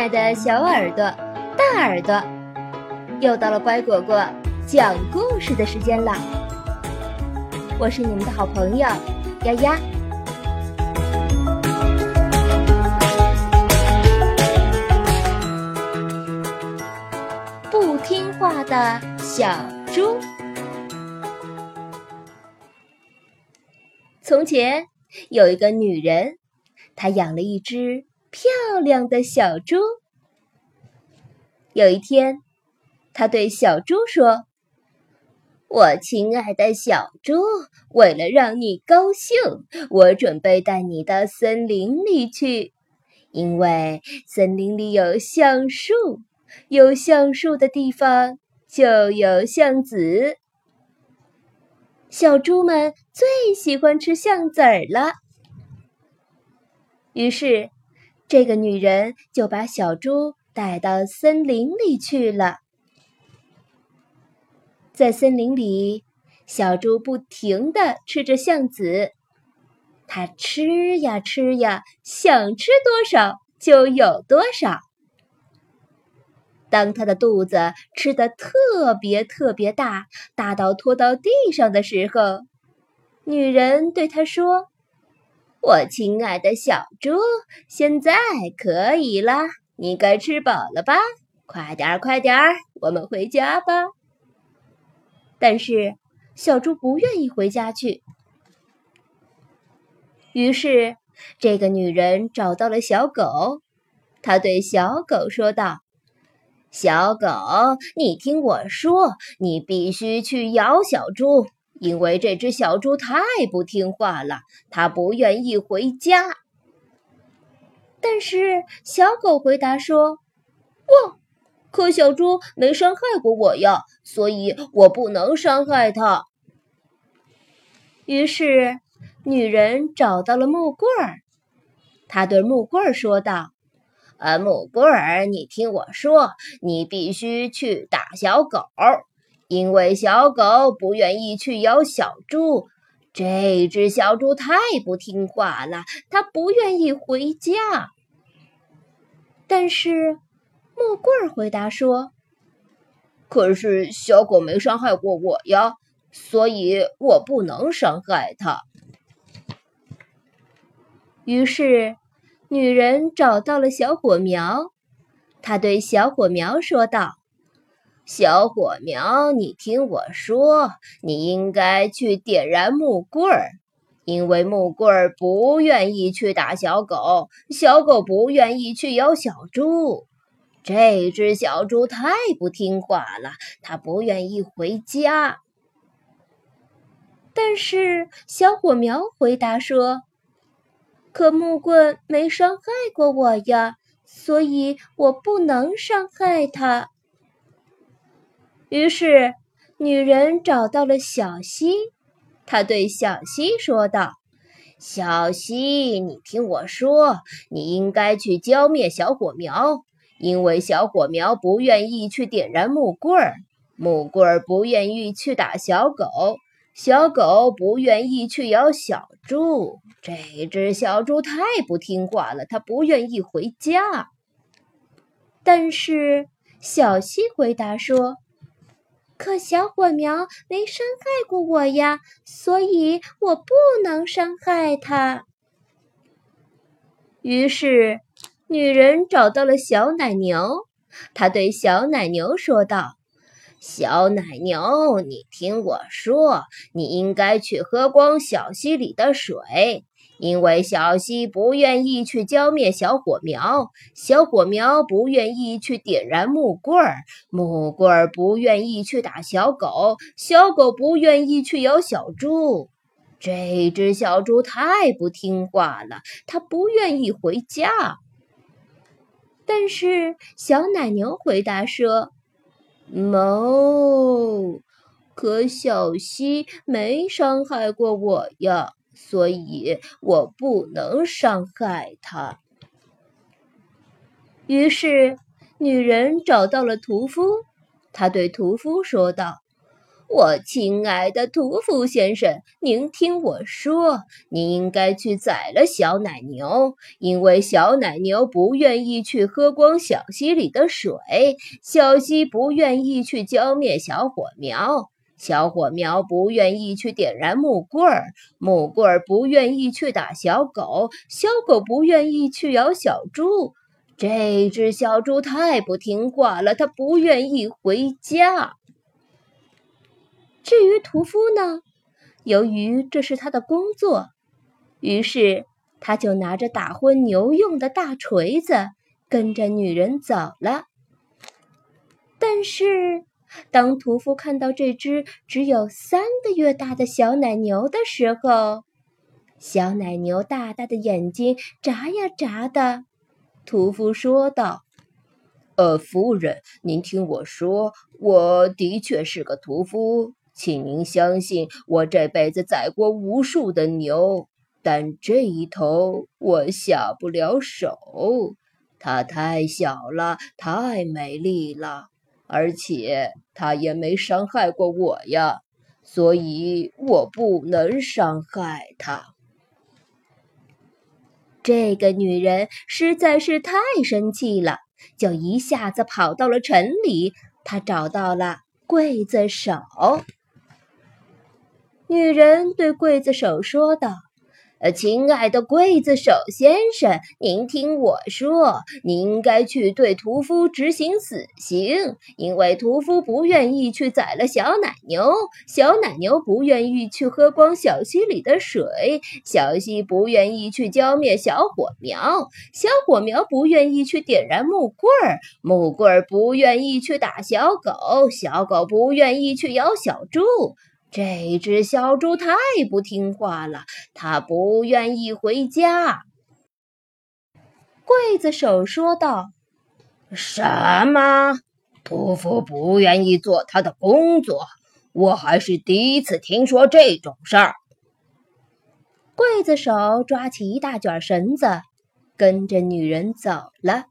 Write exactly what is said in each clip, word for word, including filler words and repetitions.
爱的小耳朵、大耳朵，又到了乖果果讲故事的时间了。我是你们的好朋友丫丫。不听话的小猪。从前有一个女人，她养了一只漂亮的小猪。有一天，她对小猪说：我亲爱的小猪，为了让你高兴，我准备带你到森林里去，因为森林里有橡树，有橡树的地方就有橡子。小猪们最喜欢吃橡子儿了。于是，这个女人就把小猪带到森林里去了。在森林里，小猪不停地吃着橡子，它吃呀吃呀，想吃多少就有多少。当它的肚子吃得特别特别大，大到拖到地上的时候，女人对它说：我亲爱的小猪，现在可以了，你该吃饱了吧？快点儿快点儿，我们回家吧。但是小猪不愿意回家去。于是这个女人找到了小狗，她对小狗说道：小狗，你听我说，你必须去咬小猪，因为这只小猪太不听话了，它不愿意回家。但是小狗回答说：哇，可小猪没伤害过我呀，所以我不能伤害它。于是女人找到了木棍儿，她对木棍儿说道：呃，木棍儿，你听我说，你必须去打小狗，因为小狗不愿意去咬小猪，这只小猪太不听话了，它不愿意回家。但是木棍儿回答说：可是小狗没伤害过我呀，所以我不能伤害它。于是女人找到了小火苗，她对小火苗说道：小火苗，你听我说，你应该去点燃木棍儿，因为木棍儿不愿意去打小狗，小狗不愿意去咬小猪，这只小猪太不听话了，它不愿意回家。但是小火苗回答说：可木棍没伤害过我呀，所以我不能伤害它。于是女人找到了小溪，她对小溪说道：小溪，你听我说，你应该去浇灭小火苗，因为小火苗不愿意去点燃木棍儿，木棍儿不愿意去打小狗，小狗不愿意去咬小猪，这只小猪太不听话了，它不愿意回家。但是小溪回答说：可小火苗没伤害过我呀，所以我不能伤害它。于是女人找到了小奶牛，她对小奶牛说道：小奶牛，你听我说，你应该去喝光小溪里的水，因为小溪不愿意去浇灭小火苗，小火苗不愿意去点燃木棍儿，木棍儿不愿意去打小狗，小狗不愿意去咬小猪，这只小猪太不听话了，它不愿意回家。但是小奶牛回答说：哞，可小溪没伤害过我呀，所以我不能伤害它。于是女人找到了屠夫，她对屠夫说道： 我亲爱的屠夫先生，您听我说，您应该去宰了小奶牛，因为小奶牛不愿意去喝光小溪里的水，小溪不愿意去浇灭小火苗，小火苗不愿意去点燃木棍儿，木棍儿不愿意去打小狗，小狗不愿意去咬小猪。这只小猪太不听话了，它不愿意回家。至于屠夫呢，由于这是他的工作，于是他就拿着打昏牛用的大锤子，跟着女人走了。但是当屠夫看到这只只有三个月大的小奶牛的时候，小奶牛大大的眼睛眨呀眨的，屠夫说道：呃，夫人，您听我说，我的确是个屠夫，请您相信，我这辈子宰过无数的牛，但这一头我下不了手，它太小了，太美丽了，而且它也没伤害过我呀，所以我不能伤害它。这个女人实在是太生气了，就一下子跑到了城里，她找到了刽子手。女人对刽子手说道：呃，亲爱的刽子手先生，您听我说，您应该去对屠夫执行死刑，因为屠夫不愿意去宰了小奶牛，小奶牛不愿意去喝光小溪里的水，小溪不愿意去浇灭小火苗，小火苗不愿意去点燃木棍儿，木棍儿不愿意去打小狗，小狗不愿意去咬小猪。这只小猪太不听话了，它不愿意回家。刽子手说道：什么？屠夫不愿意做他的工作？我还是第一次听说这种事儿。刽子手抓起一大卷绳子，跟着女人走了。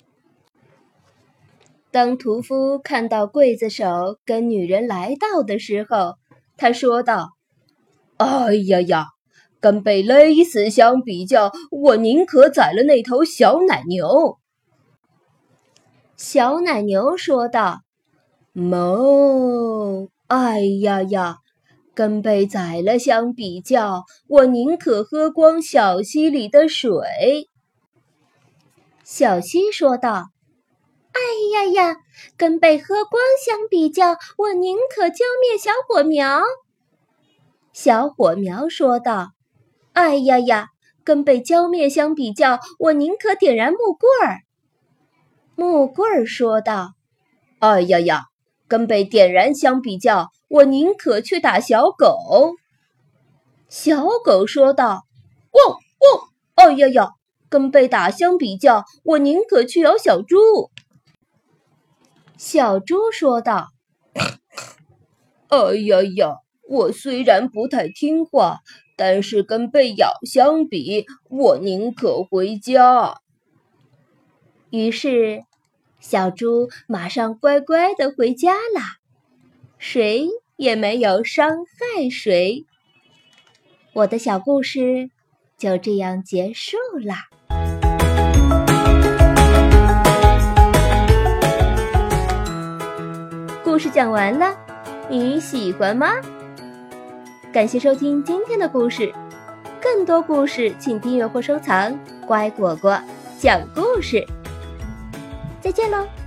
当屠夫看到刽子手跟女人来到的时候，他说道：哎呀呀，跟被勒死相比较，我宁可宰了那头小奶牛。小奶牛说道：哞，哎呀呀，跟被宰了相比较，我宁可喝光小溪里的水。小溪说道：哎呀呀，跟被喝光相比较，我宁可浇灭小火苗。小火苗说道：哎呀呀，跟被浇灭相比较，我宁可点燃木棍儿。木棍儿说道：哎呀呀，跟被点燃相比较，我宁可去打小狗。小狗说道：汪汪，哎呀呀，跟被打相比较，我宁可去咬小猪。小猪说道：哎呀呀，我虽然不太听话，但是跟被咬相比，我宁可回家。于是小猪马上乖乖地回家了，谁也没有伤害谁。我的小故事就这样结束啦。故事讲完了，你喜欢吗？感谢收听今天的故事，更多故事请订阅或收藏乖果果讲故事。再见喽。